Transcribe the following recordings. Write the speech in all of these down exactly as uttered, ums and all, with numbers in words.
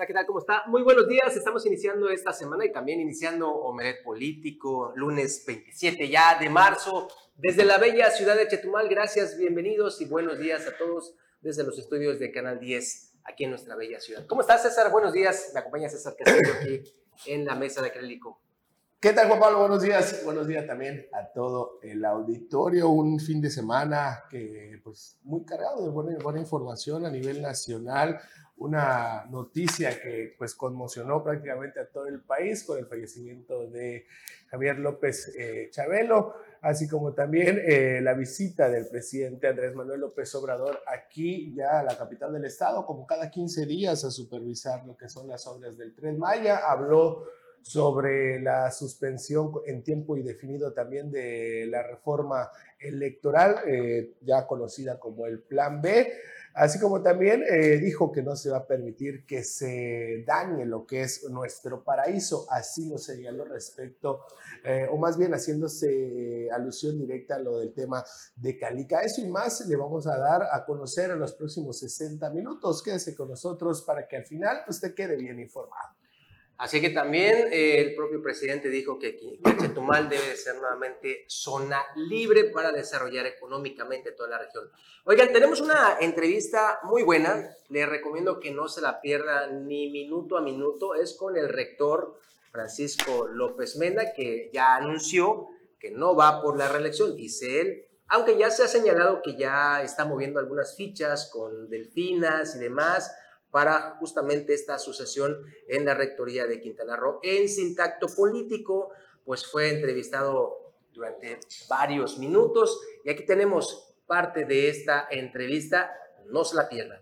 Hola, ¿qué tal? ¿Cómo está? Muy buenos días. Estamos iniciando esta semana y también iniciando Omelet Político, lunes veintisiete ya de marzo, desde la bella ciudad de Chetumal. Gracias, bienvenidos y buenos días a todos desde los estudios de Canal diez, aquí en nuestra bella ciudad. ¿Cómo estás, César? Buenos días. Me acompaña César Castillo aquí en la mesa de Acrílico. ¿Qué tal, Juan Pablo? Buenos días. Buenos días también a todo el auditorio. Un fin de semana que, pues, muy cargado de buena, buena información a nivel nacional. Una noticia que, pues, conmocionó prácticamente a todo el país con el fallecimiento de Javier López eh, Chabelo, así como también eh, la visita del presidente Andrés Manuel López Obrador aquí ya a la capital del estado, como cada quince días, a supervisar lo que son las obras del Tren Maya. Habló sobre la suspensión en tiempo indefinido también de la reforma electoral, eh, ya conocida como el Plan B, así como también eh, dijo que no se va a permitir que se dañe lo que es nuestro paraíso, así lo señaló respecto, eh, o más bien haciéndose alusión directa a lo del tema de Calica. Eso y más le vamos a dar a conocer en los próximos sesenta minutos. Quédese con nosotros para que al final usted quede bien informado. Así que también eh, el propio presidente dijo que, que Chetumal debe de ser nuevamente zona libre para desarrollar económicamente toda la región. Oigan, tenemos una entrevista muy buena, les recomiendo que no se la pierdan ni minuto a minuto, es con el rector Francisco López Mena, que ya anunció que no va por la reelección, dice él, aunque ya se ha señalado que ya está moviendo algunas fichas con Delfinas y demás, para justamente esta sucesión en la rectoría de Quintana Roo. En Sintacto Político, pues fue entrevistado durante varios minutos y aquí tenemos parte de esta entrevista, no se la pierdan.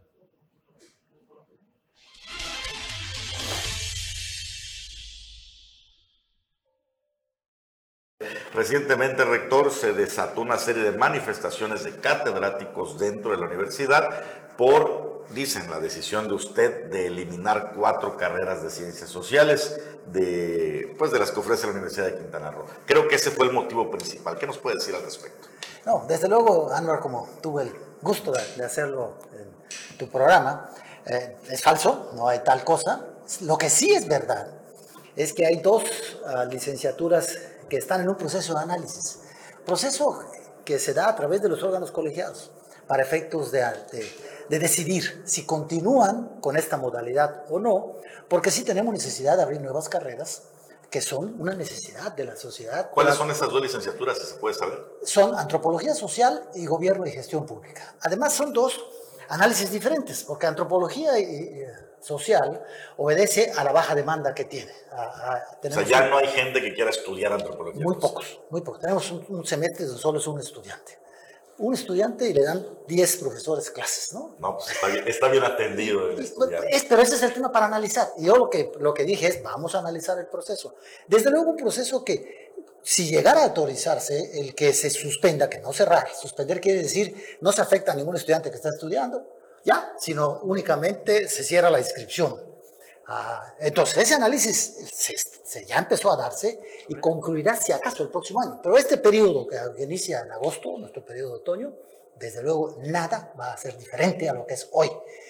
Recientemente, rector, se desató una serie de manifestaciones de catedráticos dentro de la universidad por, dicen, la decisión de usted de eliminar cuatro carreras de ciencias sociales de, pues, de las que ofrece la Universidad de Quintana Roo. Creo que ese fue el motivo principal. ¿Qué nos puede decir al respecto? No, desde luego, Anwar, como tuve el gusto de, de hacerlo en tu programa, eh, es falso, no hay tal cosa. Lo que sí es verdad es que hay dos uh, licenciaturas que están en un proceso de análisis, proceso que se da a través de los órganos colegiados para efectos de, de, de decidir si continúan con esta modalidad o no, porque sí tenemos necesidad de abrir nuevas carreras que son una necesidad de la sociedad. ¿Cuáles son esas dos licenciaturas, si se puede saber? Son Antropología Social y Gobierno y Gestión Pública. Además son dos análisis diferentes, porque Antropología y, y, Social obedece a la baja demanda que tiene. A, a, o sea, ya un, no hay gente que quiera estudiar antropología. Muy pocos, muy pocos. Tenemos un, un semestre donde solo es un estudiante. Un estudiante y le dan diez profesores clases, ¿no? No, pues está bien, está bien atendido el estudiante. Es, pero ese es el tema para analizar. Y yo lo que, lo que dije es, vamos a analizar el proceso. Desde luego un proceso que, si llegara a autorizarse el que se suspenda, que no cerrar, suspender quiere decir no se afecta a ningún estudiante que está estudiando, ya, sino únicamente se cierra la inscripción. Ah, entonces, ese análisis se, se ya empezó a darse y concluirá si acaso el próximo año. Pero este periodo que, que inicia en agosto, nuestro periodo de otoño, desde luego nada va a ser diferente a lo que es hoy.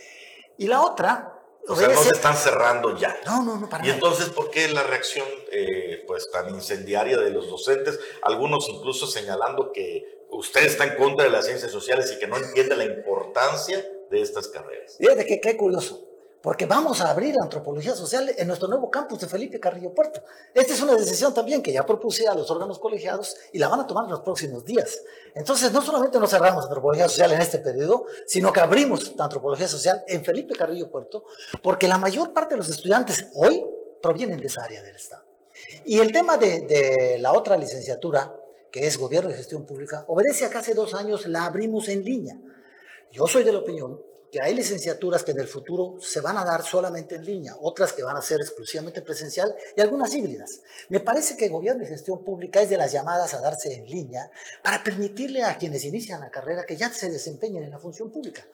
Y la otra... O sea, no se están cerrando ya. No, no, no, para Y nada. entonces, ¿por qué la reacción eh, pues tan incendiaria de los docentes? Algunos incluso señalando que usted está en contra de las ciencias sociales y que no entiende la importancia de estas carreras. Fíjate que qué curioso, porque vamos a abrir Antropología Social en nuestro nuevo campus de Felipe Carrillo Puerto. Esta es una decisión también que ya propuse a los órganos colegiados y la van a tomar en los próximos días. Entonces, no solamente no cerramos Antropología Social en este periodo, sino que abrimos Antropología Social en Felipe Carrillo Puerto, porque la mayor parte de los estudiantes hoy provienen de esa área del Estado. Y el tema de, de la otra licenciatura, que es Gobierno y Gestión Pública, obedece a que hace dos años la abrimos en línea. Yo soy de la opinión que hay licenciaturas que en el futuro se van a dar solamente en línea, otras que van a ser exclusivamente presencial y algunas híbridas. Me parece que Gobierno y Gestión Pública es de las llamadas a darse en línea para permitirle a quienes inician la carrera que ya se desempeñen en la función pública.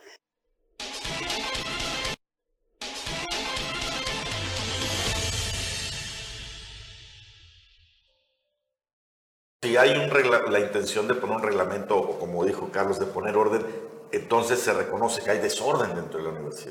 Si hay un regla, la intención de poner un reglamento, o como dijo Carlos, de poner orden, entonces se reconoce que hay desorden dentro de la universidad.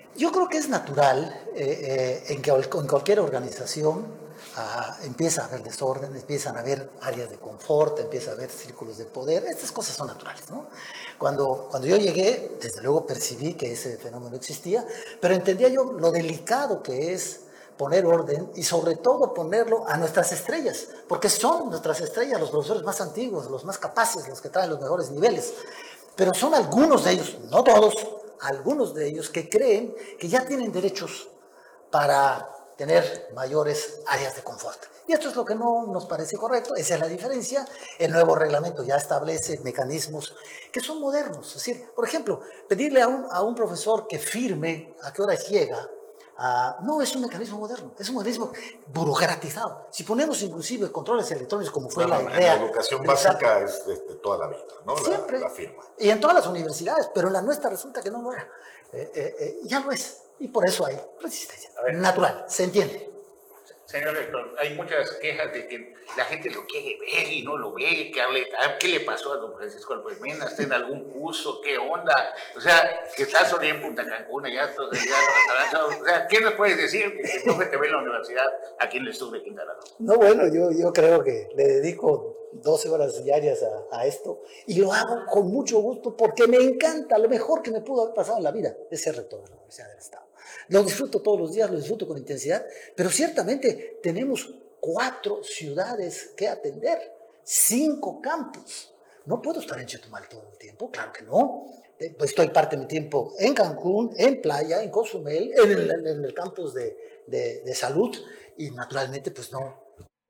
Yo creo que es natural eh, eh, en que en cualquier organización ah, empieza a haber desorden, empiezan a haber áreas de confort, empieza a haber círculos de poder. Estas cosas son naturales, ¿no? Cuando, cuando yo llegué, desde luego percibí que ese fenómeno existía, pero entendía yo lo delicado que es poner orden y sobre todo ponerlo a nuestras estrellas, porque son nuestras estrellas los profesores más antiguos, los más capaces, los que traen los mejores niveles. Pero son algunos de ellos, no todos, algunos de ellos que creen que ya tienen derechos para tener mayores áreas de confort. Y esto es lo que no nos parece correcto, esa es la diferencia. El nuevo reglamento ya establece mecanismos que son modernos. Es decir, por ejemplo, pedirle a un, a un profesor que firme a qué horas llega, Uh, no es un mecanismo moderno, es un mecanismo burocratizado. Si ponemos inclusive controles electrónicos como fue bueno, la idea... En la educación básica es de, de toda la vida, ¿no? Siempre. La, la firma. Y en todas las universidades, pero en la nuestra resulta que no lo era. Eh, eh, eh, ya lo es. Y por eso hay resistencia. Natural, se entiende. Señor rector, hay muchas quejas de que la gente lo quiere ver y no lo ve, que hable, ¿qué le pasó a don Francisco Alpemena? ¿Está en algún curso? ¿Qué onda? O sea, que está solo en Punta Cancún, ya, ya o sea, ¿qué nos puedes decir que el profe te ve en la universidad aquí en el sur de Quintana Roo? No, bueno, yo, yo creo que le dedico doce horas diarias a, a esto y lo hago con mucho gusto porque me encanta, lo mejor que me pudo haber pasado en la vida es ser rector de la Universidad del Estado. Lo disfruto todos los días, lo disfruto con intensidad, pero ciertamente tenemos cuatro ciudades que atender, cinco campus. No puedo estar en Chetumal todo el tiempo, claro que no. Estoy parte de mi tiempo en Cancún, en Playa, en Cozumel, en el, en el campus de, de, de salud y naturalmente pues no.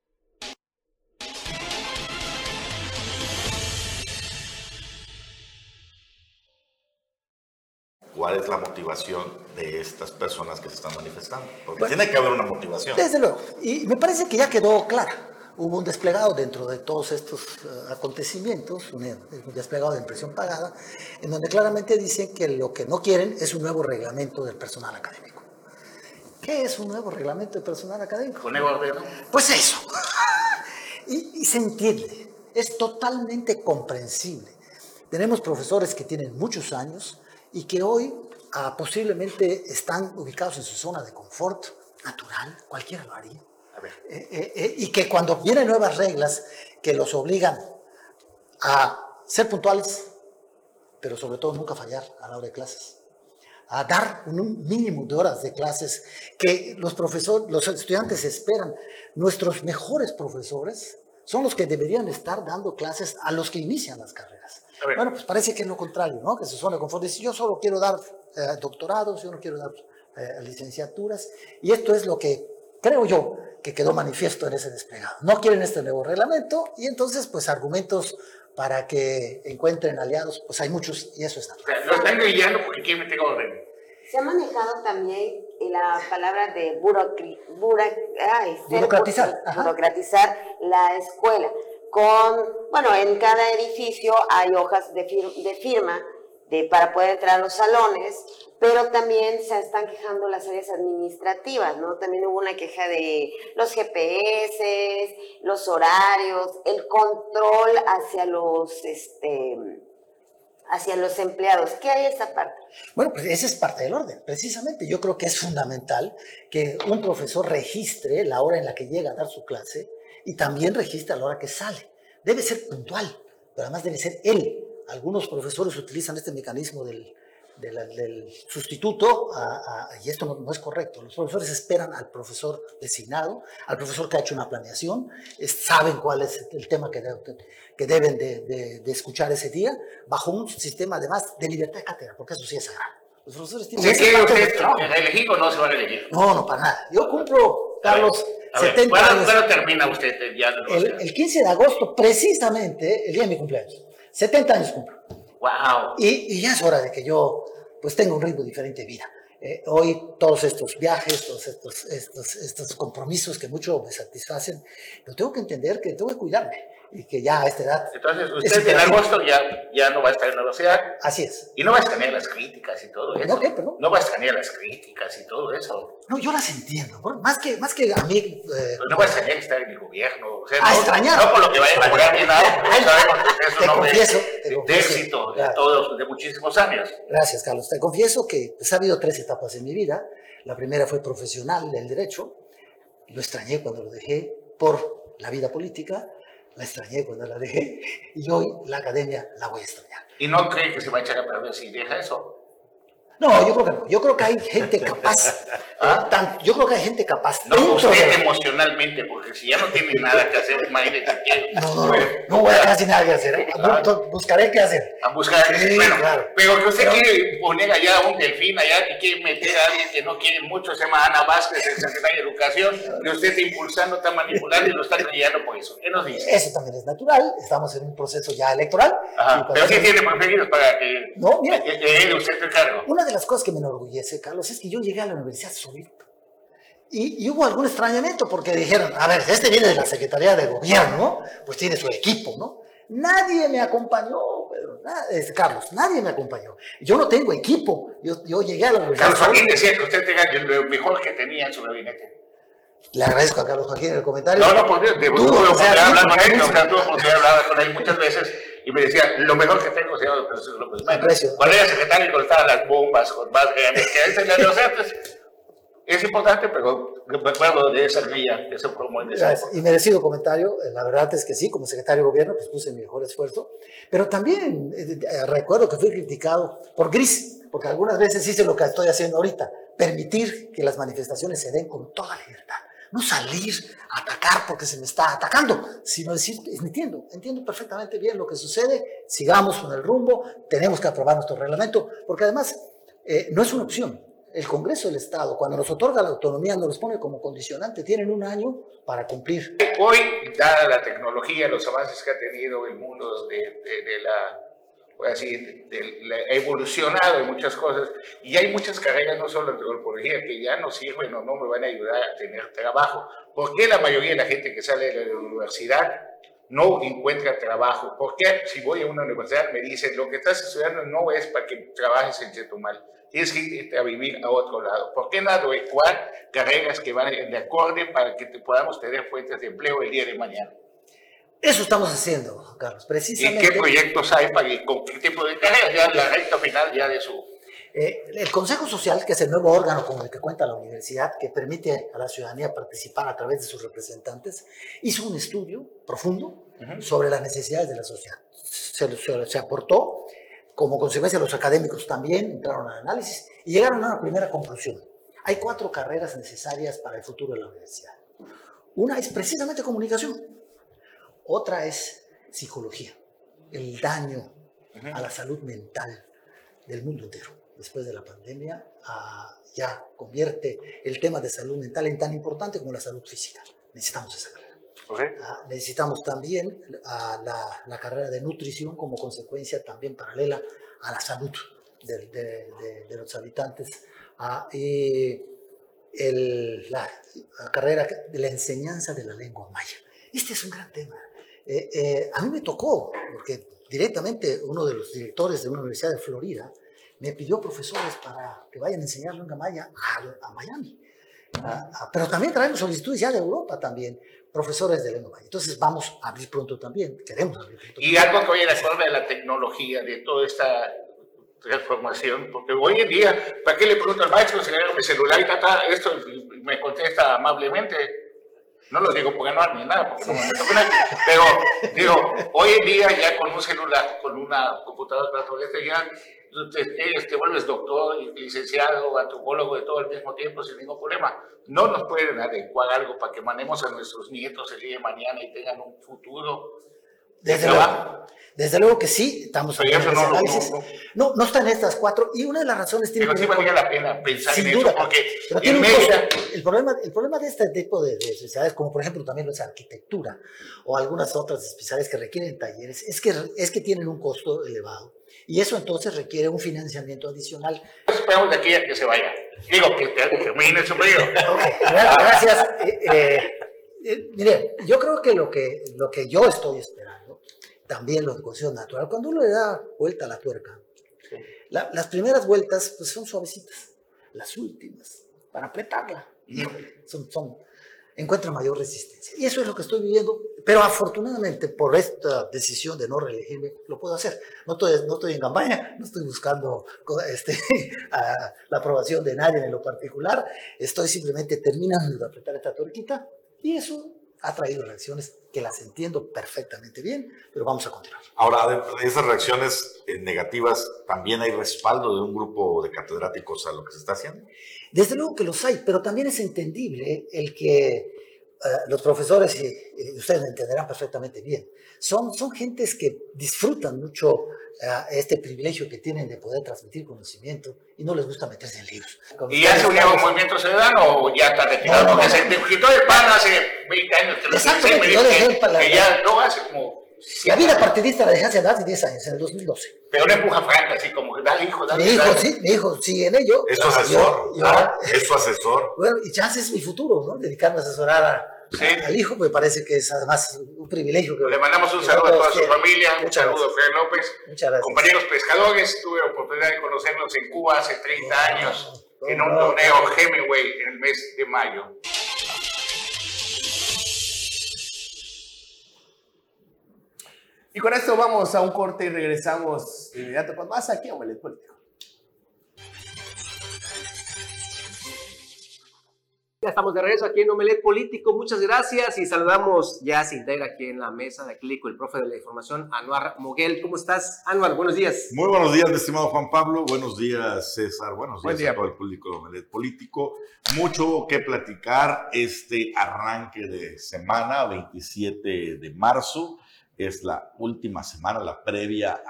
¿Cuál es la motivación de estas personas que se están manifestando? Porque bueno, tiene que haber una motivación. Desde luego. Y me parece que ya quedó clara. Hubo un desplegado dentro de todos estos uh, acontecimientos, un, un desplegado de impresión pagada, en donde claramente dicen que lo que no quieren es un nuevo reglamento del personal académico. ¿Qué es un nuevo reglamento del personal académico? ¿Con el orden? Pues eso. y, y se entiende. Es totalmente comprensible. Tenemos profesores que tienen muchos años y que hoy ah, posiblemente están ubicados en su zona de confort natural, cualquiera lo haría. A ver. Eh, eh, eh, y que cuando vienen nuevas reglas que los obligan a ser puntuales, pero sobre todo nunca fallar a la hora de clases, a dar un mínimo de horas de clases que los profesores, los estudiantes esperan. Nuestros mejores profesores son los que deberían estar dando clases a los que inician las carreras. Bueno, pues parece que es lo contrario, ¿no? Que se zona de confort. Dice, yo solo quiero dar eh, doctorados, yo no quiero dar eh, licenciaturas. Y esto es lo que creo yo que quedó manifiesto en ese desplegado. No quieren este nuevo reglamento y entonces, pues, argumentos para que encuentren aliados, pues hay muchos y eso es natural. O sea, lo están guiando porque quieren meter orden. Se ha manejado también la palabra de burocri, bura, ay, burocratizar, ser, burocratizar la escuela. Con, bueno, en cada edificio hay hojas de, fir de firma de, para poder entrar a los salones, pero también se están quejando las áreas administrativas, ¿no? También hubo una queja de los G P S, los horarios, el control hacia los, este, hacia los empleados. ¿Qué hay esa parte? Bueno, pues esa es parte del orden, precisamente. Yo creo que es fundamental que un profesor registre la hora en la que llega a dar su clase y también registra la hora que sale. Debe ser puntual, pero además debe ser él. Algunos profesores utilizan este mecanismo del, del, del sustituto a, a, y esto no, no es correcto. Los profesores esperan al profesor designado, al profesor que ha hecho una planeación, es, saben cuál es el tema que, de, que deben de, de, de escuchar ese día, bajo un sistema además de libertad de cátedra, porque eso sí es sagrado. Los profesores tienen... ¿Se quiere usted elegir o no se va a elegir? No, no, para nada. Yo cumplo, Carlos... A ver, setenta ¿cuándo, años. ¿Cuándo termina usted ya? El, el quince de agosto, precisamente, el día de mi cumpleaños. setenta años cumplo. ¡Wow! Y, y ya es hora de que yo, pues, tenga un ritmo diferente de vida. Eh, hoy, todos estos viajes, todos estos, estos, estos compromisos que mucho me satisfacen, pero tengo que entender que tengo que cuidarme. y que ya a esta edad... Entonces, usted en agosto ya, ya no va a estar en la universidad. Así es. Y no va a escanear las críticas y todo eso. ¿No qué, perdón? No va a escanear las críticas y todo eso. No, yo las entiendo. ¿No? Más, que, más que a mí... Eh, pues no va a extrañar estar en el gobierno. O sea, a no, extrañar. No por lo que vaya a lograr ni nada, porque sabemos que es un te hombre confieso, te de, confieso, de éxito claro. de todos, de muchísimos años. Gracias, Carlos. Te confieso que pues, ha habido tres etapas en mi vida. La primera fue profesional del derecho. Lo extrañé cuando lo dejé por la vida política. La extrañé cuando la dejé. Y hoy la academia la voy a extrañar. ¿Y no cree que se va a echar a perder si deja eso? No, yo creo que no. Yo creo que hay gente capaz. ¿Ah? Tan, yo creo que hay gente capaz. No, dentro usted de... emocionalmente, porque si ya no tiene nada que hacer, imagínese que... No, no, no, no voy a casi nada que hacer. ¿eh? Claro. Buscaré qué hacer. A buscar, Sí, bueno, claro. pero que usted Pero- quiere poner allá un delfín allá, que quiere meter a alguien que no quiere mucho, se llama Ana Vázquez, el secretario de Educación, que usted está impulsando, está manipulando y lo está creyendo por eso. ¿Qué nos dice? Eso también es natural. Estamos en un proceso ya electoral. Y Ajá, cuando pero sí se- tiene preferidos para que No, mira. que- que él usted el cargo. Una de las cosas que me enorgullece, Carlos, es que yo llegué a la universidad solito. Y, y hubo algún extrañamiento porque dijeron, a ver, este viene de la Secretaría de Gobierno, pues tiene su equipo, ¿no? Nadie me acompañó, Pedro, na- este, Carlos, nadie me acompañó. Yo no tengo equipo, yo, yo llegué a la universidad Carlos Joaquín solito. decía que usted tenga lo mejor que tenía en su gabinete. Le agradezco a Carlos Joaquín el comentario. No, no, por Dios, de Tú, tuve o sea, oportunidad de hablar tú, con él, tú, o sea, tuve oportunidad de hablar con él muchas veces y me decía, lo mejor que tengo, señor Jesús López Mena. Aprecio. Cuando era secretario y cortaba las bombas con más grandes que a veces le o sea, pues, es importante, pero me acuerdo de esa guía, de ese promo en esa Gracias. época. Y merecido comentario, eh, la verdad es que sí, como secretario de gobierno, pues puse mi mejor esfuerzo, pero también eh, eh, recuerdo que fui criticado por gris, porque algunas veces hice lo que estoy haciendo ahorita, permitir que las manifestaciones se den con toda libertad, no salir a atacar porque se me está atacando, sino decir, entiendo, entiendo perfectamente bien lo que sucede, sigamos con el rumbo, tenemos que aprobar nuestro reglamento, porque además eh, no es una opción. El Congreso del Estado, cuando nos otorga la autonomía, nos los pone como condicionante. Tienen un año para cumplir. Hoy, dada la tecnología, los avances que ha tenido el mundo de, de, de la, voy a decir, de, de la, ha evolucionado en muchas cosas, y hay muchas carreras, no solo de antropología, que ya no sirven o no me van a ayudar a tener trabajo. ¿Por qué la mayoría de la gente que sale de la universidad no encuentra trabajo? ¿Por qué si voy a una universidad me dicen, lo que estás estudiando no es para que trabajes en Chetumal? Tienes que irte a vivir a otro lado. ¿Por qué no adecuar carreras que van de acorde para que te podamos tener fuentes de empleo el día de mañana? Eso estamos haciendo, Carlos, ¿Y precisamente. qué proyectos hay para y con qué tipo de carreras? Ya la recta final ya de su... Eh, el Consejo Social, que es el nuevo órgano con el que cuenta la universidad, que permite a la ciudadanía participar a través de sus representantes, hizo un estudio profundo uh-huh. sobre las necesidades de la sociedad. Se, se, se aportó, como consecuencia los académicos también entraron al análisis y llegaron a una primera conclusión. Hay cuatro carreras necesarias para el futuro de la universidad. Una es precisamente comunicación, otra es psicología, el daño uh-huh. a la salud mental del mundo entero. Después de la pandemia, uh, ya convierte el tema de salud mental en tan importante como la salud física. Necesitamos esa carrera. Okay. Uh, necesitamos también uh, la, la carrera de nutrición como consecuencia también paralela a la salud de, de, de, de los habitantes. Uh, y el, la, la carrera de la enseñanza de la lengua maya. Este es un gran tema. Eh, eh, a mí me tocó, porque directamente uno de los directores de una universidad de Florida me pidió profesores para que vayan a enseñar lengua maya a, a Miami. Uh, uh, pero también traemos solicitudes ya de Europa también, profesores de lengua maya. Entonces vamos a abrir pronto también, queremos abrir pronto. Y algo que vaya de acuerdo de la tecnología, de toda esta transformación, porque hoy en día, ¿para qué le pregunto al maestro si le hago mi celular y tata, esto me contesta amablemente? No lo digo porque no ni nada, porque no me meto con él, pero digo, hoy en día ya con un celular, con una computadora, ya te, te vuelves doctor, licenciado, antropólogo de todo al mismo tiempo sin ningún problema. No nos pueden adecuar algo para que mandemos a nuestros nietos el día de mañana y tengan un futuro. Desde luego, desde luego que sí, estamos haciendo ese no, análisis. No, no, no. no están estas cuatro, y una de las razones tiene pero que sí valdría la pena pensar en duda, eso, porque pero tiene un costo. El problema, el problema de este tipo de, de especialidades, como por ejemplo también la arquitectura o algunas otras especialidades que requieren talleres, es que, es que tienen un costo elevado. Y eso entonces requiere un financiamiento adicional. Esperamos de aquí a que se vaya. Digo, que termine su periodo. Okay, gracias. Eh, eh, Eh, mire, yo creo que lo, que lo que yo estoy esperando, también lo de condición natural, cuando uno le da vuelta a la tuerca, la, las primeras vueltas pues, son suavecitas, las últimas, para apretarla, híjole, son, son, encuentra mayor resistencia. Y eso es lo que estoy viviendo, pero afortunadamente por esta decisión de no reelegirme, lo puedo hacer. No estoy, no estoy en campaña, no estoy buscando este, a, la aprobación de nadie en lo particular, estoy simplemente terminando de apretar esta tuerquita y eso ha traído reacciones que las entiendo perfectamente bien, pero vamos a continuar. Ahora, de esas reacciones eh, negativas, ¿también hay respaldo de un grupo de catedráticos a lo que se está haciendo? Desde luego que los hay, pero también es entendible el que uh, los profesores, y, y ustedes me entenderán perfectamente bien, son, son gentes que disfrutan mucho uh, este privilegio que tienen de poder transmitir conocimiento y no les gusta meterse en líos. ¿Y ya se unió a un movimiento ciudadano o ya está retirado? No, no, Porque no, se te quitó el pan hace veinte años. Que Exactamente, me yo dijo dejé que, el pan. que ya no hace como... La vida partidista la dejé hace más de diez años, en el dos mil doce. Pero no empuja franca, así como que dale hijo, dale Mi hijo, dale. sí, mi hijo sigue en ello. Es su asesor, Yo- yo- ¿no? Es su asesor. Bueno, y chance es mi futuro, ¿no? Dedicarme a asesorar a, Sí. al hijo, me parece que es además un privilegio. Que, Le mandamos un que saludo a no toda todos su tienen. familia, un Muchas saludo a gracias. Fer López. Muchas gracias. Compañeros pescadores, tuve oportunidad de conocerlos en Cuba hace treinta años, en un no, torneo no. Hemingway en el mes de mayo. Y con esto vamos a un corte y regresamos de inmediato con más aquí a Omelet Político. Ya estamos de regreso aquí en Omelet Político, muchas gracias y saludamos, ya se integra aquí en la mesa de Clico el profe de la información, Anuar Moguel. ¿Cómo estás, Anuar? Buenos días. Muy buenos días, mi estimado Juan Pablo. Buenos días, César. Buenos Buen días día. a todo el público de Omelet Político. Mucho que platicar este arranque de semana, veintisiete de marzo. Es la última semana, la previa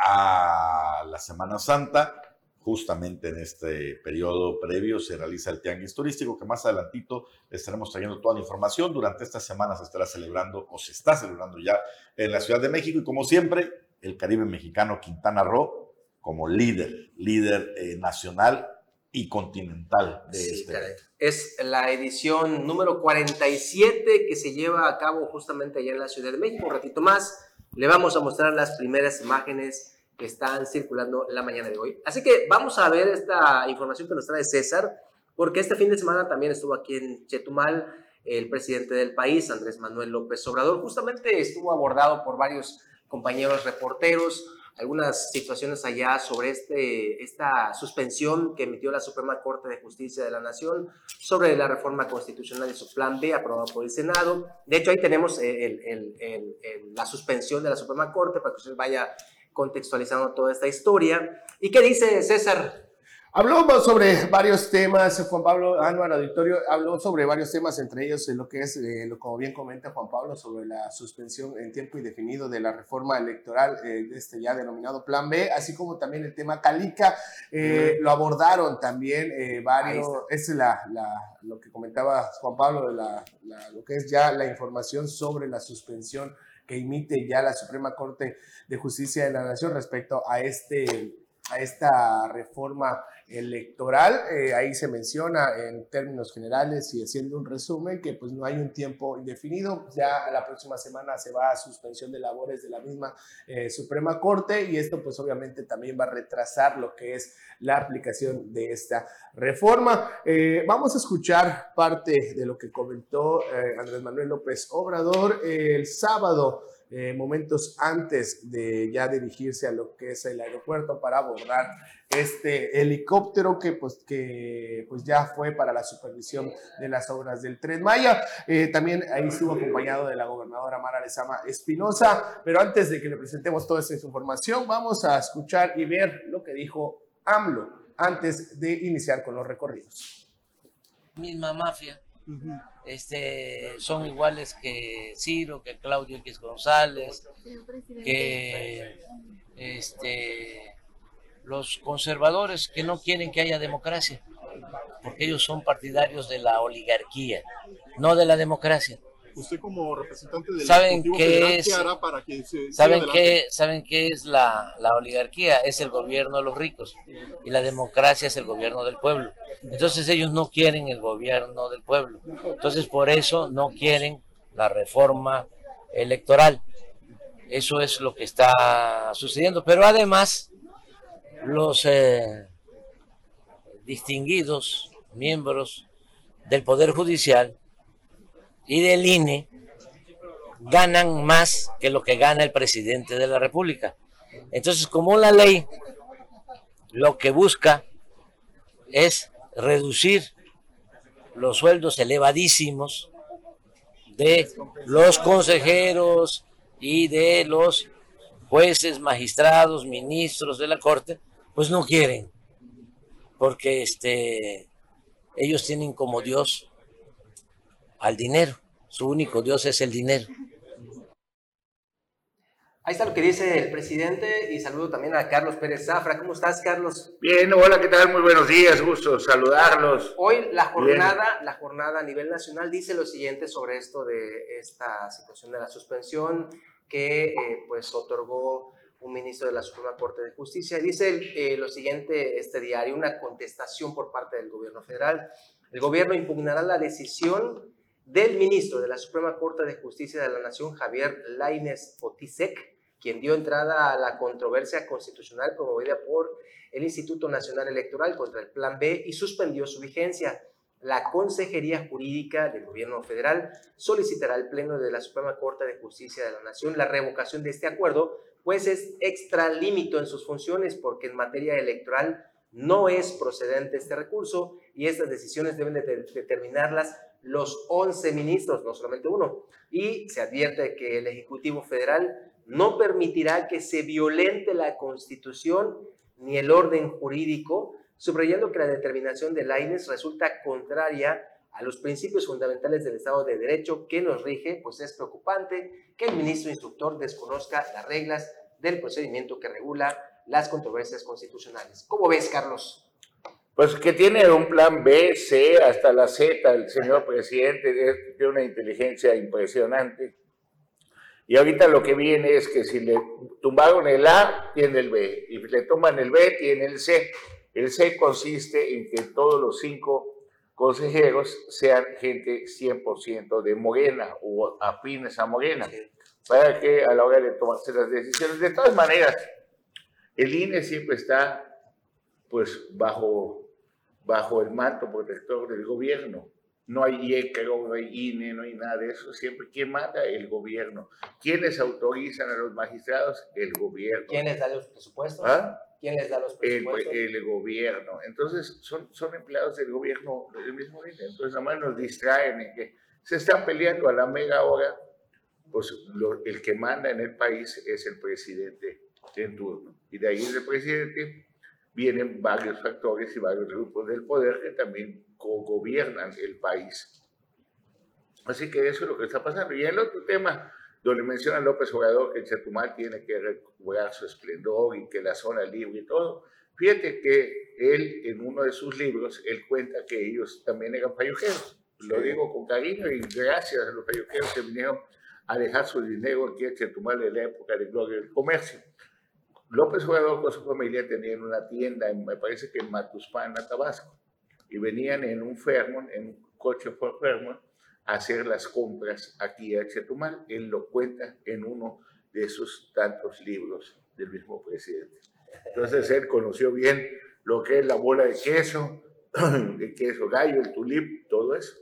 a la Semana Santa. Justamente en este periodo previo se realiza el Tianguis Turístico, que más adelantito les estaremos trayendo toda la información. Durante esta semana se estará celebrando, o se está celebrando ya en la Ciudad de México. Y como siempre, el Caribe mexicano, Quintana Roo, como líder, líder eh, nacional y continental de Sí, este caray. evento. Es la edición número cuarenta y siete que se lleva a cabo justamente allá en la Ciudad de México. Un ratito más le vamos a mostrar las primeras imágenes que están circulando la mañana de hoy. Así que vamos a ver esta información que nos trae César, porque este fin de semana también estuvo aquí en Chetumal el presidente del país, Andrés Manuel López Obrador. Justamente estuvo abordado por varios compañeros reporteros, algunas situaciones allá sobre este, esta suspensión que emitió la Suprema Corte de Justicia de la Nación sobre la reforma constitucional y su plan B aprobado por el Senado. De hecho, ahí tenemos el, el, el, el, la suspensión de la Suprema Corte para que usted vaya contextualizando toda esta historia. ¿Y qué dice César? Habló sobre varios temas, Juan Pablo, Anuar Auditorio, habló sobre varios temas, entre ellos lo que es, eh, lo, como bien comenta Juan Pablo, sobre la suspensión en tiempo indefinido de la reforma electoral eh, de este ya denominado Plan B, así como también el tema Calica, eh, mm. lo abordaron también eh, varios, es la, la, lo que comentaba Juan Pablo, la, la, lo que es ya la información sobre la suspensión que emite ya la Suprema Corte de Justicia de la Nación respecto a este... a esta reforma electoral. Eh, ahí se menciona en términos generales y haciendo un resumen que pues no hay un tiempo indefinido, ya la próxima semana se va a suspensión de labores de la misma eh, Suprema Corte y esto pues obviamente también va a retrasar lo que es la aplicación de esta reforma. Eh, vamos a escuchar parte de lo que comentó eh, Andrés Manuel López Obrador eh, el sábado, Eh, momentos antes de ya dirigirse a lo que es el aeropuerto para abordar este helicóptero que pues, que, pues ya fue para la supervisión de las obras del Tren Maya. Eh, también ahí estuvo acompañado de la gobernadora Mara Lezama Espinosa, pero antes de que le presentemos toda esta información, vamos a escuchar y ver lo que dijo AMLO antes de iniciar con los recorridos. Misma mafia. Uh-huh. Este, son iguales que Ciro, que Claudio X González, que este, los conservadores que no quieren que haya democracia, porque ellos son partidarios de la oligarquía, no de la democracia. Usted como representante del ¿Saben Ejecutivo qué Federal, es, ¿qué hará para que se ¿saben qué, ¿Saben qué es la, la oligarquía? Es el gobierno de los ricos y la democracia es el gobierno del pueblo. Entonces ellos no quieren el gobierno del pueblo. Entonces por eso no quieren la reforma electoral. Eso es lo que está sucediendo. Pero además, los eh, distinguidos miembros del Poder Judicial y del I N E ganan más que lo que gana el presidente de la República. Entonces, como la ley lo que busca es reducir los sueldos elevadísimos de los consejeros y de los jueces, magistrados, ministros de la Corte, pues no quieren, porque este, ellos tienen como Dios al dinero, su único Dios es el dinero. Ahí está lo que dice el presidente y saludo también a Carlos Pérez Zafra. ¿Cómo estás, Carlos? Bien, hola, ¿qué tal? Muy buenos días, gusto saludarlos. Hoy la jornada, la jornada a nivel nacional dice lo siguiente sobre esto de esta situación de la suspensión que eh, pues otorgó un ministro de la Suprema Corte de Justicia. Dice eh, lo siguiente este diario, una contestación por parte del gobierno federal. El gobierno impugnará la decisión del ministro de la Suprema Corte de Justicia de la Nación, Javier Lainez Potisek, quien dio entrada a la controversia constitucional promovida por el Instituto Nacional Electoral contra el Plan B y suspendió su vigencia. La Consejería Jurídica del Gobierno Federal solicitará al Pleno de la Suprema Corte de Justicia de la Nación la revocación de este acuerdo, pues es extralímito en sus funciones porque en materia electoral no es procedente este recurso y estas decisiones deben de determinarlas los once ministros, no solamente uno. Y se advierte que el Ejecutivo Federal no permitirá que se violente la Constitución ni el orden jurídico, subrayando que la determinación de Lainez resulta contraria a los principios fundamentales del Estado de Derecho que nos rige, pues es preocupante que el ministro instructor desconozca las reglas del procedimiento que regula las controversias constitucionales. ¿Cómo ves, Carlos? Pues que tiene un plan B, C, hasta la Z, el señor presidente, tiene una inteligencia impresionante. Y ahorita lo que viene es que si le tumbaron el A, tiene el B, y si le toman el B, tiene el C. El C consiste en que todos los cinco consejeros sean gente cien por ciento de Morena o afines a Morena, para que a la hora de tomarse las decisiones, de todas maneras, el I N E siempre está pues bajo, bajo el manto protector del gobierno. No hay I E C R O, no hay I N E, no hay nada de eso. Siempre, ¿quién manda? El gobierno. ¿Quiénes autorizan a los magistrados? El gobierno. ¿Quién les da los presupuestos? ¿Ah? ¿Quién les da los presupuestos? El, el gobierno. Entonces, son, son empleados del gobierno del mismo I N E. Entonces, nada más nos distraen en que se están peleando a la mega hora. Pues lo, el que manda en el país es el presidente en turno. Y de ahí del presidente vienen varios factores y varios grupos del poder que también co-gobiernan el país. Así que eso es lo que está pasando. Y el otro tema, donde menciona López Obrador que Chetumal tiene que recuperar su esplendor y que la zona libre y todo, fíjate que él, en uno de sus libros, él cuenta que ellos también eran falluqueros. Lo digo con cariño y gracias a los falluqueros que vinieron a dejar su dinero aquí a Chetumal en la época de gloria del comercio. López Obrador con su familia tenían una tienda, en, me parece que en Matuspana, Tabasco, y venían en un Fairmont, en un coche por Fairmont, a hacer las compras aquí a Chetumal. Él lo cuenta en uno de sus tantos libros del mismo presidente. Entonces él conoció bien lo que es la bola de queso, el queso gallo, el tulip, todo eso.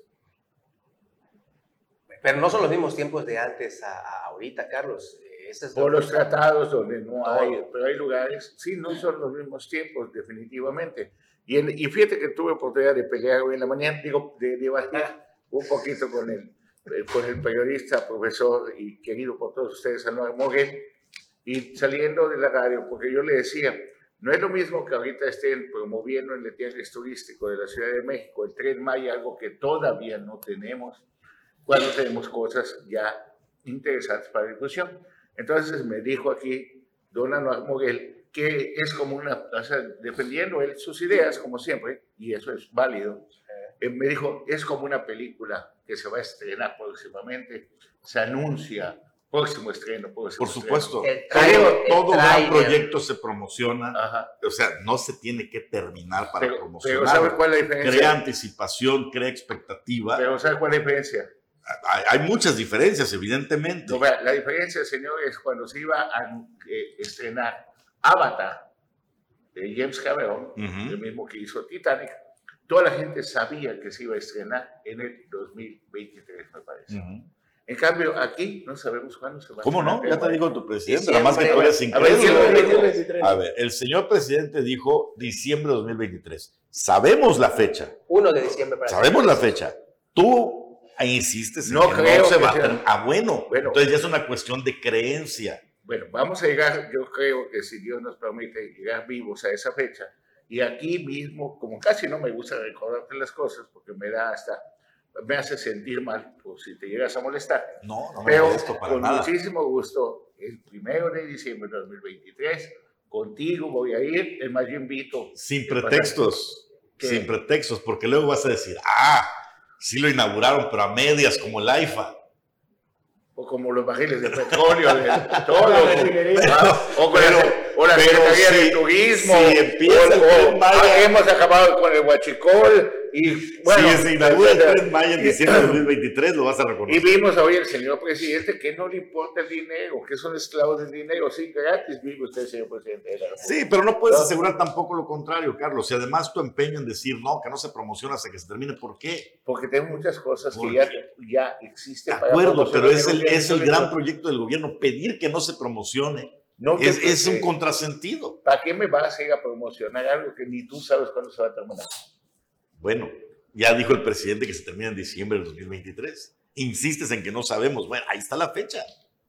Pero no son los mismos tiempos de antes a, a ahorita, Carlos. Ese es Por los tratados donde no hay, pero hay lugares, sí, no son los mismos tiempos, definitivamente. Y, en, y fíjate que tuve oportunidad de pelear hoy en la mañana, digo, de debatir un poquito con el, con el periodista, profesor y querido por todos ustedes, Anuar Moguel, y saliendo de la radio, porque yo le decía, no es lo mismo que ahorita estén promoviendo el tianguis turístico de la Ciudad de México, el Tren Maya, algo que todavía no tenemos, cuando tenemos cosas ya interesantes para discusión. Entonces me dijo aquí don Anuar Moguel que es como una, o sea, defendiendo él sus ideas, como siempre, y eso es válido, eh, me dijo, es como una película que se va a estrenar próximamente, se anuncia próximo estreno. Próximo Por supuesto, el trailer, todo el gran proyecto se promociona, Ajá. O sea, no se tiene que terminar para pero, promocionar. Pero ¿sabe cuál es la diferencia? Crea anticipación, crea expectativa. Pero ¿sabe cuál es la diferencia? hay, hay muchas diferencias, evidentemente. No, la diferencia, señor, es cuando se iba a eh, estrenar Avatar de James Cameron, uh-huh. el mismo que hizo Titanic. Toda la gente sabía que se iba a estrenar en el dos mil veintitrés, me parece. Uh-huh. En cambio, aquí no sabemos cuándo se va a ¿Cómo no? Ya te digo tu presidente, nada diciembre, más que tú eres increíble. A ver, el señor presidente dijo diciembre de dos mil veintitrés. Sabemos la fecha. uno de diciembre. Para Sabemos la fecha. Tú insistes en no que creo no se que va sea. a tener. Ah, bueno, bueno. Entonces ya es una cuestión de creencia. Bueno, vamos a llegar, yo creo que si Dios nos permite llegar vivos a esa fecha. Y aquí mismo, como casi no me gusta recordarte las cosas, porque me da hasta, me hace sentir mal, por si te llegas a molestar. No, no me Pero molesto para con nada. muchísimo gusto, el primero de diciembre de dos mil veintitrés, contigo voy a ir, es más, yo invito. Sin pretextos, ¿Qué? sin pretextos, porque luego vas a decir, ah, sí lo inauguraron, pero a medias, como el AIFA. O como los barriles de petróleo, de todo. o, o con pero, la, o la Secretaría si, de Turismo. Si empieza el Tren Maya, hemos acabado con el Huachicol. Y bueno, si se inaugura el Tren Maya en diciembre de dos mil veintitrés, lo vas a reconocer. Y vimos hoy al señor presidente que no le importa el dinero, que son esclavos del dinero. Sí, gratis vive usted, señor presidente de la República. Sí, pero no puedes asegurar tampoco lo contrario, Carlos. Y además tu empeño en decir no, que no se promociona hasta que se termine. ¿Por qué? Porque tengo muchas cosas ¿Por que ya, ya existen. De acuerdo, pero es el, es el gran proyecto del gobierno. Pedir que no se promocione no es, es un contrasentido. ¿Para qué me vas a ir a promocionar algo que ni tú sabes cuándo se va a terminar? Bueno, ya dijo el presidente que se termina en diciembre del dos mil veintitrés. Insistes en que no sabemos. Bueno, ahí está la fecha.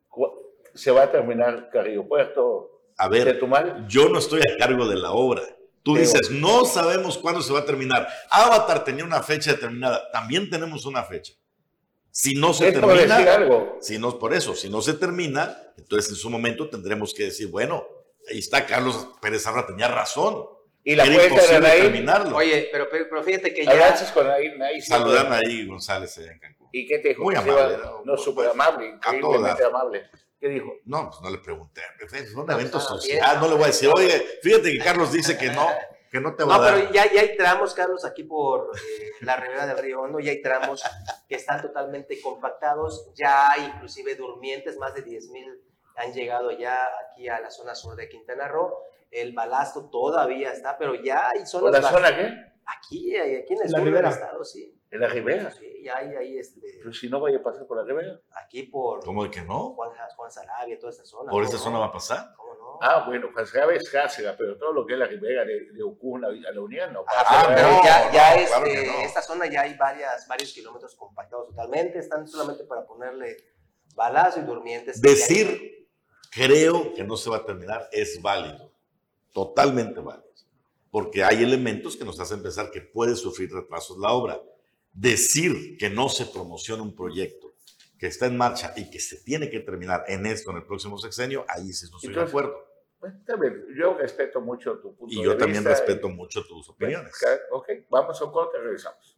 ¿Se va a terminar Carrillo Puerto? A ver, ¿de Tumal? Yo no estoy a cargo de la obra. Tú Pero, dices, no sabemos cuándo se va a terminar. Avatar tenía una fecha determinada. También tenemos una fecha. Si no se ¿Es termina, por decir algo? Si no, por eso, si no se termina, entonces en su momento tendremos que decir, bueno, ahí está, Carlos Pérez Abra tenía razón. Y la puerta de ahí. Terminarlo. Oye, pero, pero fíjate que ya. Hablaste con ahí, ahí Saludan ahí González en Cancún. ¿Y qué te dijo? Muy amable. No, no súper amable, increíblemente amable. ¿Qué dijo? No, pues no le pregunté. Es un evento social. No le voy a decir, oye, fíjate que Carlos dice que no, que no te va no, a dar. No, pero ya, ya hay tramos, Carlos, aquí por eh, la ribera del Río Hondo, ya hay tramos que están totalmente compactados. Ya hay inclusive durmientes, más de diez mil han llegado ya aquí a la zona sur de Quintana Roo. El balasto todavía está, pero ya hay zonas... ¿Por la zona qué? Aquí, aquí en el la sur ribera. del estado, sí. ¿En la ribera? Sí, ya hay ahí este... Pero si no vaya a pasar por la ribera. Aquí por... ¿Cómo de que no? Juan, Juan Sarabia, toda esta zona. ¿Por esa no? zona va a pasar? ¿Cómo no? Ah, bueno, Juan Sarabia es Cáceres, pero todo lo que es la ribera de, de Ocuna a la Unión no pasa. Ah, pero no, ya, ya no, este, claro que no. esta zona ya hay varias, varios kilómetros compactados totalmente, están solamente para ponerle balazo y durmientes. Decir, creo que no se va a terminar, es válido. Totalmente válido, porque hay elementos que nos hacen pensar que puede sufrir retrasos la obra. Decir que no se promociona un proyecto que está en marcha y que se tiene que terminar en esto, en el próximo sexenio, ahí sí no estoy de acuerdo. Bueno, está bien. Yo respeto mucho tu punto de vista. Y yo también respeto y... mucho tus opiniones. Ok, vamos a un corte y regresamos.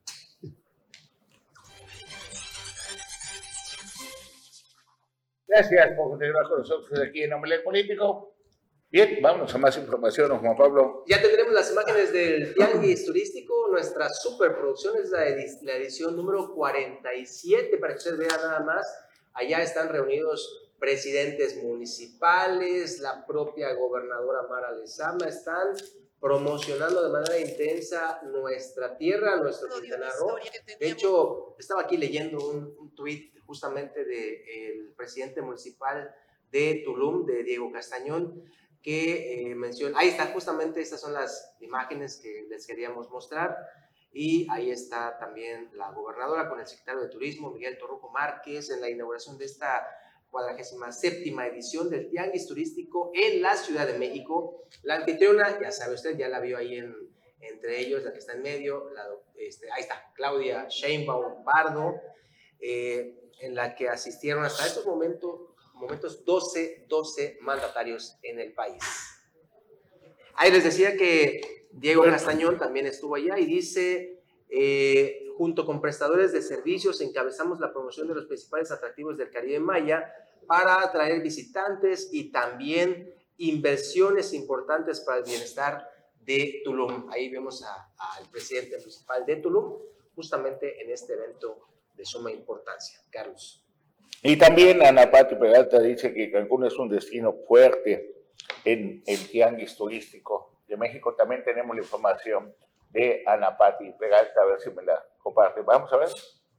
Gracias por continuar con nosotros aquí en Omelet Político. Bien, vámonos a más información, Juan Pablo. Ya tendremos las imágenes del Tianguis Turístico, nuestra superproducción es la, edi la edición número cuarenta y siete, para que usted vea nada más. Allá están reunidos presidentes municipales, la propia gobernadora Mara Lezama, están promocionando de manera intensa nuestra tierra, nuestro Quintana Roo. De hecho, estaba aquí leyendo un, un tuit justamente del presidente municipal de Tulum, de Diego Castañón, que eh, menciona, ahí está justamente, estas son las imágenes que les queríamos mostrar, y ahí está también la gobernadora con el secretario de Turismo, Miguel Torruco Márquez, en la inauguración de esta cuadragésima séptima edición del Tianguis Turístico en la Ciudad de México. La anfitriona, ya sabe usted, ya la vio ahí en, entre ellos, la que está en medio, la, este, ahí está, Claudia Sheinbaum Pardo, eh, en la que asistieron hasta estos momentos, momentos doce, doce mandatarios en el país. Ahí les decía que Diego Castañón también estuvo allá y dice, eh, junto con prestadores de servicios encabezamos la promoción de los principales atractivos del Caribe Maya para atraer visitantes y también inversiones importantes para el bienestar de Tulum. Ahí vemos al presidente municipal de Tulum justamente en este evento de suma importancia. Carlos. Y también Ana Pati Peralta dice que Cancún es un destino fuerte en el tianguis turístico de México. También tenemos la información de Ana Pati Peralta, a ver si me la comparte. Vamos a ver.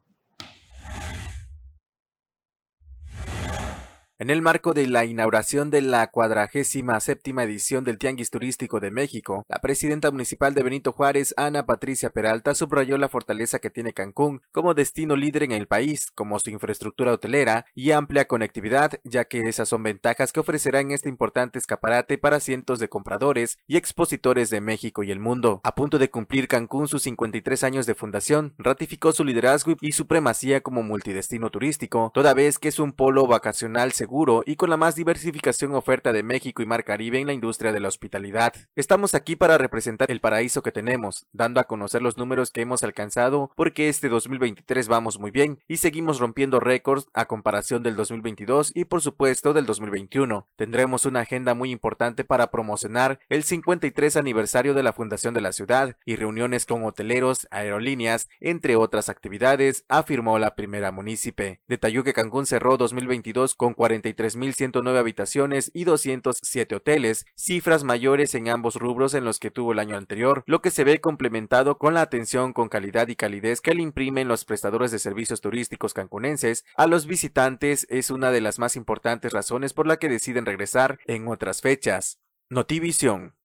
En el marco de la inauguración de la cuadragésima séptima edición del Tianguis Turístico de México, la presidenta municipal de Benito Juárez, Ana Patricia Peralta, subrayó la fortaleza que tiene Cancún como destino líder en el país, como su infraestructura hotelera y amplia conectividad, ya que esas son ventajas que ofrecerá en este importante escaparate para cientos de compradores y expositores de México y el mundo. A punto de cumplir Cancún sus cincuenta y tres años de fundación, ratificó su liderazgo y supremacía como multidestino turístico, toda vez que es un polo vacacional seguro y con la más diversificación oferta de México y Mar Caribe en la industria de la hospitalidad. Estamos aquí para representar el paraíso que tenemos, dando a conocer los números que hemos alcanzado, porque este dos mil veintitrés vamos muy bien y seguimos rompiendo récords a comparación del dos mil veintidós y por supuesto del dos mil veintiuno. Tendremos una agenda muy importante para promocionar el cincuenta y tres aniversario de la fundación de la ciudad y reuniones con hoteleros, aerolíneas, entre otras actividades, afirmó la primera munícipe. Detalló que Cancún cerró dos mil veintidós con cuarenta y tres mil ciento nueve habitaciones y doscientos siete hoteles, cifras mayores en ambos rubros en los que tuvo el año anterior, lo que se ve complementado con la atención con calidad y calidez que le imprimen los prestadores de servicios turísticos cancunenses a los visitantes. Es una de las más importantes razones por la que deciden regresar en otras fechas. Notivisión.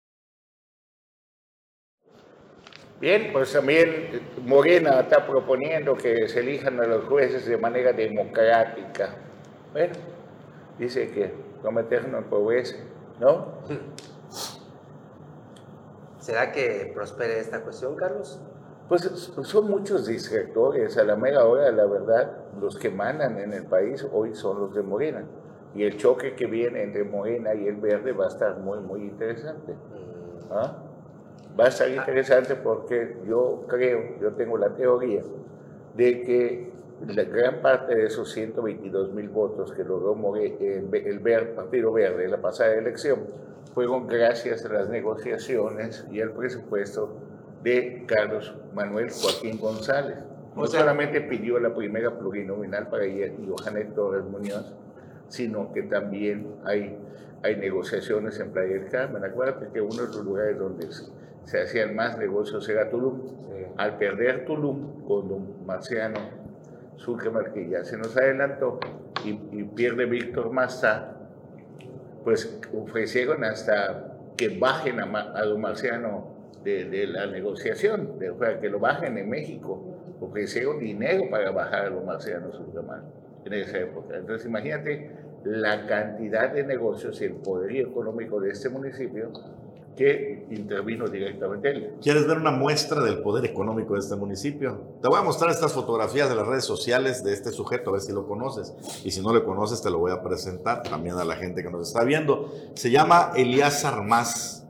Bien, pues también Morena está proponiendo que se elijan a los jueces de manera democrática. Bueno, dice que prometer no empobrece, ¿no? ¿Será que prospere esta cuestión, Carlos? Pues son muchos distractores. A la mera hora, la verdad, los que mandan en el país hoy son los de Morena. Y el choque que viene entre Morena y el Verde va a estar muy, muy interesante. ¿Ah? Va a estar interesante porque yo creo, yo tengo la teoría de que la gran parte de esos ciento veintidós mil votos que logró el Partido Verde en la pasada elección fueron gracias a las negociaciones y al presupuesto de Carlos Manuel Joaquín González. No solamente pidió la primera plurinominal para Johannet Torres Muñoz, sino que también hay, hay negociaciones en Playa del Carmen. Acuérdate que uno de los lugares donde se, se hacían más negocios era Tulum. Sí. Al perder Tulum, con don Marciano Zuckerman, que ya se nos adelantó, y, y pierde Víctor Mastá, pues ofrecieron hasta que bajen a, a don Marciano de, de la negociación, de, o sea, que lo bajen en México. Ofrecieron dinero para bajar a don Marciano Zuckerman en esa época. Entonces imagínate la cantidad de negocios y el poderío económico de este municipio que intervino directamente él. ¿Quieres ver una muestra del poder económico de este municipio? Te voy a mostrar estas fotografías de las redes sociales de este sujeto, a ver si lo conoces. Y si no lo conoces, te lo voy a presentar también a la gente que nos está viendo. Se llama Elías Armás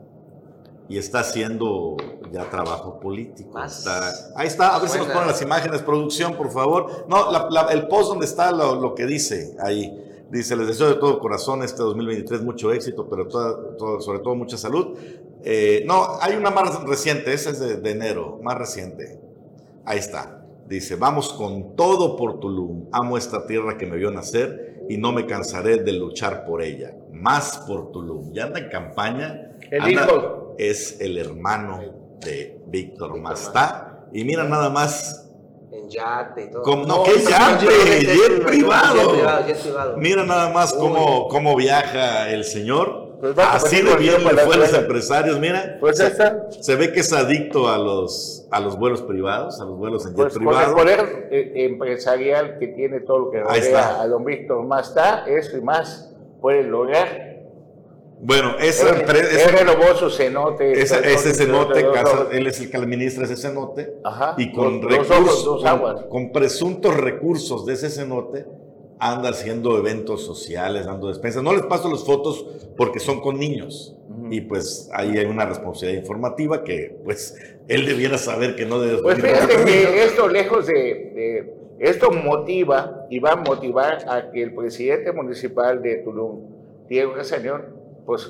y está haciendo ya trabajo político. Está, ahí está, a ver si nos ponen las imágenes, producción, por favor. No, la, la, el post donde está lo, lo que dice ahí. Dice, les deseo de todo corazón este dos mil veintitrés mucho éxito, pero toda, todo, sobre todo mucha salud. Eh, no, hay una más reciente, esa es de, de enero, más reciente. Ahí está. Dice, vamos con todo por Tulum. Amo esta tierra que me vio nacer y no me cansaré de luchar por ella. Más por Tulum. Ya anda en campaña. El anda, hijo. Es el hermano de Víctor Mastá. Y mira nada más. En yate y todo. Como, no, ¿qué yate? Jet privado. Jet privado, jet privado. Mira nada más cómo, cómo viaja el señor. Pues así de bien le fue a los empresarios, mira. Pues se, está. se ve que es adicto a los, a los vuelos privados, a los vuelos en jet pues privado. Con el poder eh, empresarial que tiene todo lo que rodea a don Víctor Mastá, eso y más puede lograr. Bueno, esa él, empresa. Él renovó su cenote. Esa, ese cenote, dos, casa, dos, él es el que administra ese cenote. Ajá, y con dos, recursos, dos, dos aguas. Con, con presuntos recursos de ese cenote, anda haciendo eventos sociales, dando despensas. No les paso las fotos porque son con niños. Uh-huh. Y pues ahí hay una responsabilidad informativa que pues él debiera saber que no debe. Pues fíjate que esto lejos de, de... Esto motiva y va a motivar a que el presidente municipal de Tulum, Diego Castañón, pues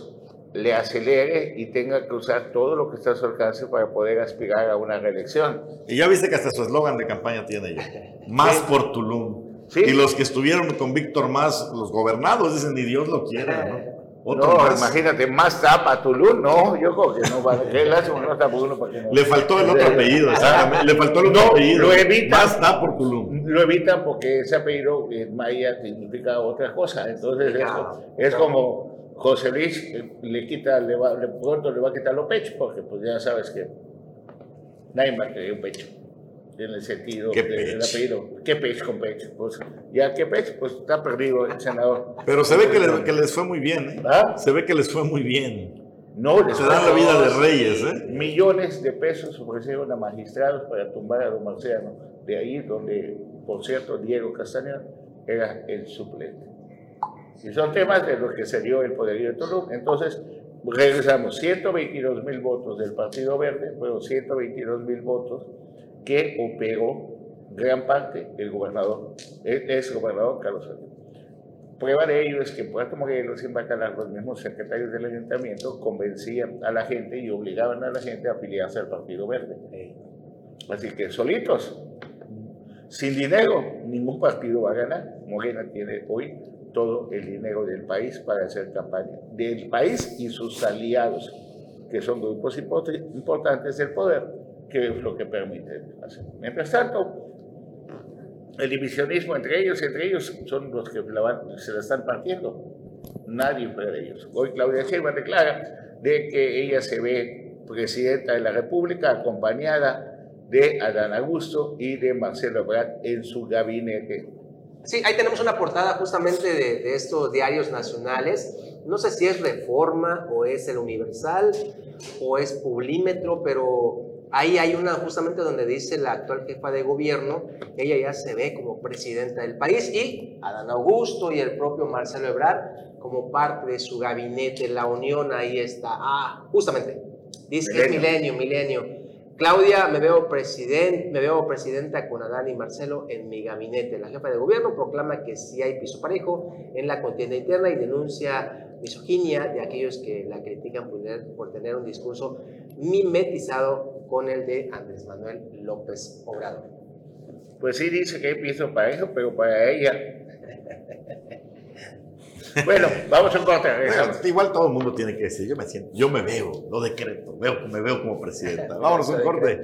le acelere y tenga que usar todo lo que está a su alcance para poder aspirar a una reelección. Y ya viste que hasta su eslogan de campaña tiene ya. Más sí. por Tulum. ¿Sí? Y los que estuvieron con Víctor Mas, los gobernados, dicen, ni Dios lo quiera, ¿no? Otro no, más. Imagínate, más tapa Tulum, no, yo creo que no va a hacer no tapa uno para que no. Le faltó el otro apellido, exactamente. Le faltó el otro no, apellido. Lo evita, más tapa por Tulum. Lo evita porque ese apellido en maya significa otra cosa. Entonces claro, es, es como José Luis le quita, le va, le, pronto le va a quitar los pechos, porque pues ya sabes que nadie más que un pecho. En el sentido del apellido. ¿Qué pecho con pecho? Pues ya qué pecho, pues está perdido el senador. Pero se ve que, le, que les fue muy bien, ¿eh? ¿Ah? Se ve que les fue muy bien. No, les se dan la vida de reyes, ¿eh? Millones de pesos ofrecieron a magistrados para tumbar a don Marciano. De ahí donde, por cierto, Diego Castañeda era el suplente. Y son temas de los que se dio el poderío de Tulum. Entonces, regresamos. ciento veintidós mil votos del Partido Verde, fueron ciento veintidós mil votos que operó gran parte el gobernador, el ex gobernador Carlos Salinas. Prueba de ello es que en Puerto Morelos y en Bacalar los mismos secretarios del ayuntamiento convencían a la gente y obligaban a la gente a afiliarse al Partido Verde. Así que solitos, sin dinero, ningún partido va a ganar. Morena tiene hoy todo el dinero del país para hacer campaña, del país y sus aliados, que son grupos importantes del poder, que es lo que permite hacer. Mientras tanto, el divisionismo entre ellos, entre ellos son los que la van, se la están partiendo. Nadie fuera de ellos. Hoy Claudia Sheinbaum declara de que ella se ve presidenta de la República acompañada de Adán Augusto y de Marcelo Ebrard en su gabinete. Sí, ahí tenemos una portada justamente de, de estos diarios nacionales. No sé si es Reforma o es El Universal o es Publímetro, pero ahí hay una justamente donde dice la actual jefa de gobierno que ella ya se ve como presidenta del país y Adán Augusto y el propio Marcelo Ebrard como parte de su gabinete. La unión ahí está. Ah, justamente, dice que es milenio, milenio. Claudia, me veo, president, me veo presidenta con Adán y Marcelo en mi gabinete. La jefa de gobierno proclama que sí hay piso parejo en la contienda interna y denuncia misoginia de aquellos que la critican por tener, por tener un discurso mimetizado con el de Andrés Manuel López Obrador. Pues sí dice que hay piso parejo, pero para ella. Bueno, vamos a un corte. Bueno, igual todo el mundo tiene que decir, yo me siento, yo me veo, lo decreto, veo, me veo como presidenta. Vámonos a un corte.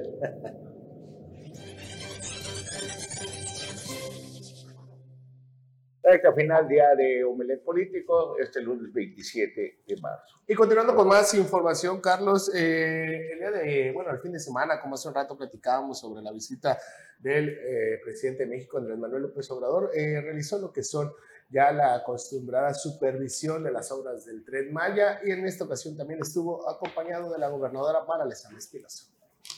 Recta final, día de Omelet Político, este lunes veintisiete de marzo. Y continuando con más información, Carlos, eh, el día de, bueno, el fin de semana, como hace un rato platicábamos sobre la visita del eh, presidente de México, Andrés Manuel López Obrador, eh, realizó lo que son ya la acostumbrada supervisión de las obras del Tren Maya y en esta ocasión también estuvo acompañado de la gobernadora Mara Lezama Espinosa.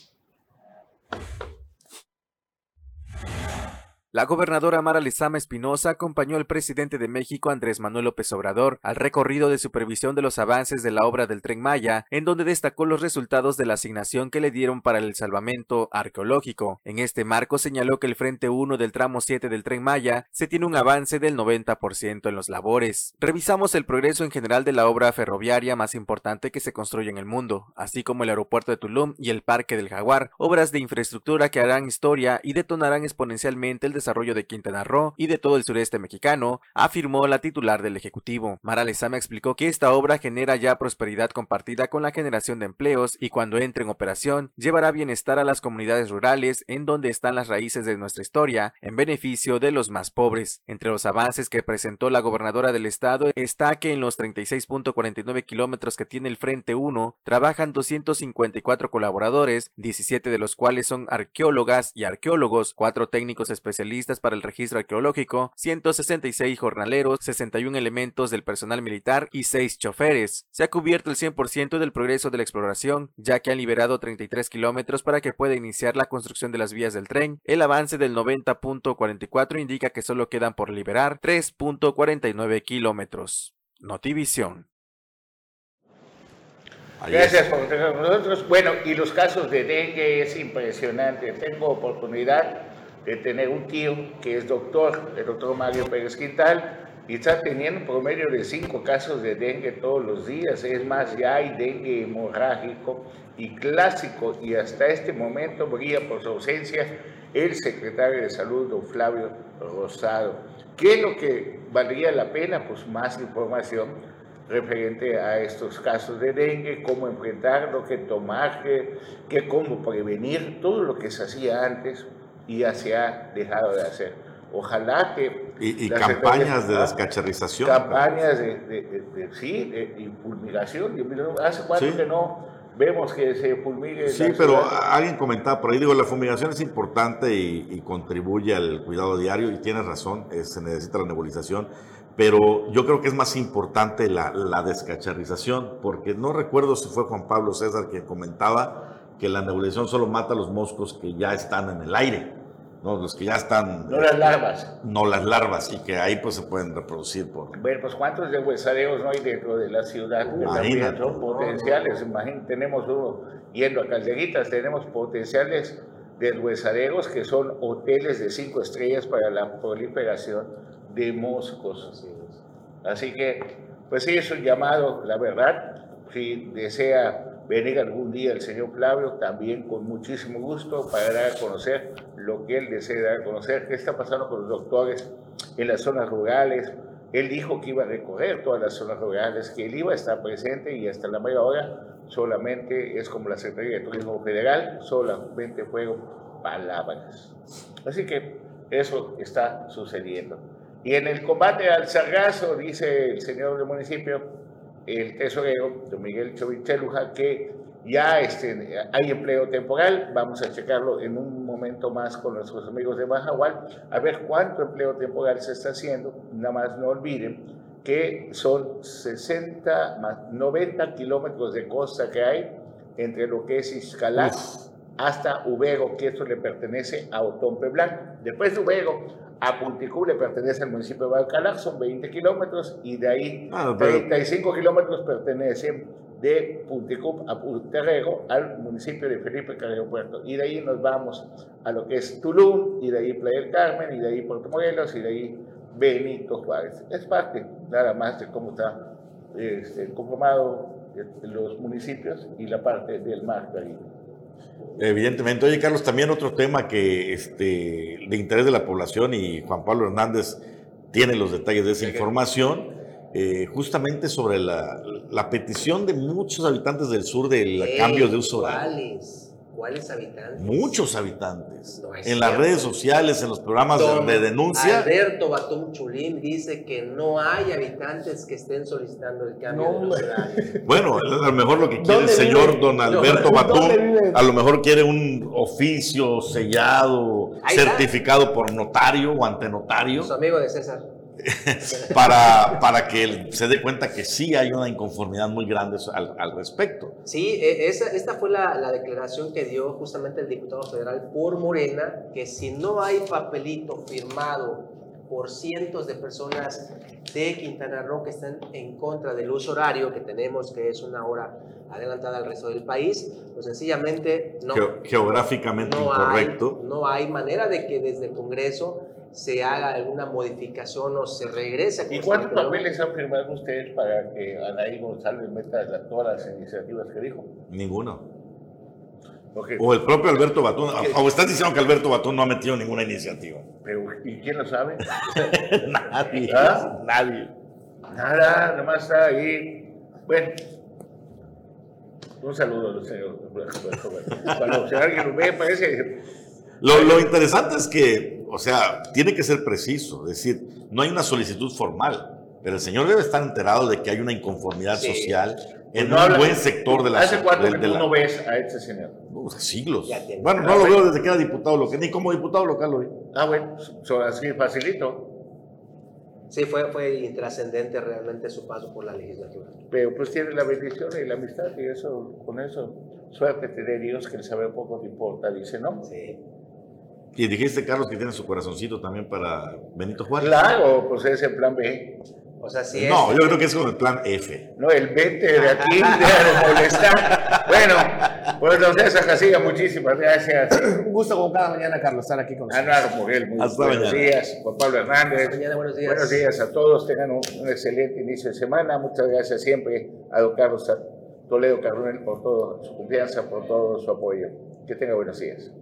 La gobernadora Mara Lezama Espinosa acompañó al presidente de México, Andrés Manuel López Obrador, al recorrido de supervisión de los avances de la obra del Tren Maya, en donde destacó los resultados de la asignación que le dieron para el salvamento arqueológico. En este marco señaló que el frente uno del tramo siete del Tren Maya se tiene un avance del noventa por ciento en los labores. Revisamos el progreso en general de la obra ferroviaria más importante que se construye en el mundo, así como el aeropuerto de Tulum y el Parque del Jaguar, obras de infraestructura que harán historia y detonarán exponencialmente el desarrollo de Quintana Roo y de todo el sureste mexicano, afirmó la titular del Ejecutivo. Mara Lezama explicó que esta obra genera ya prosperidad compartida con la generación de empleos y cuando entre en operación llevará bienestar a las comunidades rurales en donde están las raíces de nuestra historia en beneficio de los más pobres. Entre los avances que presentó la gobernadora del estado está que en los treinta y seis punto cuarenta y nueve kilómetros que tiene el Frente uno trabajan doscientos cincuenta y cuatro colaboradores, diecisiete de los cuales son arqueólogas y arqueólogos, cuatro técnicos especialistas para el registro arqueológico, ciento sesenta y seis jornaleros, sesenta y uno elementos del personal militar y seis choferes. Se ha cubierto el cien por ciento del progreso de la exploración, ya que han liberado treinta y tres kilómetros para que pueda iniciar la construcción de las vías del tren. El avance del noventa punto cuarenta y cuatro indica que solo quedan por liberar tres punto cuarenta y nueve kilómetros. Notivisión. Gracias por estar con nosotros. Bueno, y los casos de dengue es impresionante. Tengo oportunidad de tener un tío que es doctor, el doctor Mario Pérez Quintal, y está teniendo un promedio de cinco casos de dengue todos los días. Es más, ya hay dengue hemorrágico y clásico, y hasta este momento brilla por su ausencia el secretario de Salud, don Flavio Rosado. ¿Qué es lo que valdría la pena? Pues más información referente a estos casos de dengue, cómo enfrentarlo, qué tomar, qué, qué cómo prevenir, todo lo que se hacía antes y ya se ha dejado de hacer. Ojalá que... Y, y campañas de descacharrización. Campañas de, de, de, de sí, de, de fulmigación. ¿Hace cuánto sí. que no vemos que se fulmigue? Sí, pero ciudad? Alguien comentaba por ahí, digo, la fumigación es importante y, y contribuye al cuidado diario, y tienes razón, es, se necesita la nebulización, pero yo creo que es más importante la, la descacharrización, porque no recuerdo si fue Juan Pablo César quien comentaba que la nebulización solo mata a los moscos que ya están en el aire. No, los que ya están... No las larvas. No las larvas, y que ahí pues se pueden reproducir por... Bueno, pues ¿cuántos deshuesaderos no hay dentro de la ciudad? Imagínate. Son potenciales, imagínate, tenemos uno, yendo a Calderitas, tenemos potenciales deshuesaderos que son hoteles de cinco estrellas para la proliferación de moscos. Así que, pues sí, es un llamado, la verdad, si desea venir algún día el señor Flavio, también con muchísimo gusto, para dar a conocer lo que él desea dar a conocer, qué está pasando con los doctores en las zonas rurales. Él dijo que iba a recorrer todas las zonas rurales, que él iba a estar presente, y hasta la media hora solamente es como la Secretaría de Turismo Federal, solamente fueron palabras. Así que eso está sucediendo. Y en el combate al sargazo, dice el señor del municipio, el tesorero, don Miguel Chovicheluja, que ya este, hay empleo temporal. Vamos a checarlo en un momento más con nuestros amigos de Mahahual, a ver cuánto empleo temporal se está haciendo. Nada más no olviden que son sesenta, más noventa kilómetros de costa que hay entre lo que es Ixcalá hasta Ubego, que esto le pertenece a Otompe Blanco. Después de Ubego a Punticú le pertenece al municipio de Bacalar, son veinte kilómetros, y de ahí ah, pero... treinta y cinco kilómetros pertenecen de Punticú a Punterrego al municipio de Felipe Carrillo Puerto, y de ahí nos vamos a lo que es Tulum, y de ahí Playa del Carmen, y de ahí Puerto Morelos, y de ahí Benito Juárez. Es parte nada más de cómo está este, conformado los municipios y la parte del mar Caribe. Evidentemente. Oye, Carlos, también otro tema que este, de interés de la población, y Juan Pablo Hernández tiene los detalles de esa información, eh, justamente sobre la, la petición de muchos habitantes del sur del hey, cambio de uso horario. ¿Cuáles? ¿Cuáles habitantes? Muchos habitantes. No, en cierto. Las redes sociales, en los programas Don de denuncia. Alberto Batum Chulín dice que no hay habitantes que estén solicitando el cambio no, de uso horario. Bueno, a lo mejor lo que quiere el señor vive? Don Alberto Batum, a lo mejor quiere un oficio sellado, ahí certificado está. Por notario o ante notario. Su amigo de César. para, para que él se dé cuenta que sí hay una inconformidad muy grande al, al respecto. Sí, esa, esta fue la, la declaración que dio justamente el diputado federal por Morena, que si no hay papelito firmado por cientos de personas de Quintana Roo que están en contra del uso horario que tenemos, que es una hora adelantada al resto del país, pues sencillamente no. Geográficamente no incorrecto. Hay, no hay manera de que desde el Congreso se haga alguna modificación o se regrese. ¿Y cuántos papeles han firmado ustedes para que Anaí González meta la, todas las iniciativas que dijo? Ninguno. Okay. O el propio Alberto Batún. O estás diciendo que Alberto Batún no ha metido ninguna iniciativa. Pero, ¿y quién lo sabe? Nadie. ¿Ah? Nadie. Nada, nomás está ahí. Bueno. Un saludo, señor. Cuando si alguien lo ve, parece... Lo, lo interesante es que, o sea, tiene que ser preciso, es decir, no hay una solicitud formal, pero el señor debe estar enterado de que hay una inconformidad sí. social en pues no un habla, buen sector de la sociedad. ¿Hace cuánto de, que de tú la, no ves a este señor? Uh, siglos. Bueno, no lo veo desde que era diputado local, ni como diputado local lo vi. Ah, bueno, so, así facilito. Sí, fue, fue intrascendente realmente su paso por la legislatura. Pero pues tiene la bendición y la amistad, y eso, con eso, suerte te dé Dios, que el saber poco te importa, dice, ¿no? Sí. Y dijiste, Carlos, que tiene su corazoncito también para Benito Juárez. Claro, pues es el plan B. O sea, sí es. No, yo creo que es con el plan F. No, el vete de aquí, deja de molestar. Bueno, pues don César Casillas, muchísimas gracias. Un gusto como cada mañana, Carlos, estar aquí con nosotros. Ana Muguel, muy Hasta buenos mañana. días. Juan Pablo Hernández. Hasta mañana, buenos días. Buenos días a todos. Tengan un, un excelente inicio de semana. Muchas gracias siempre a don Carlos Toledo Carrón por toda su confianza, por todo su apoyo. Que tenga buenos días.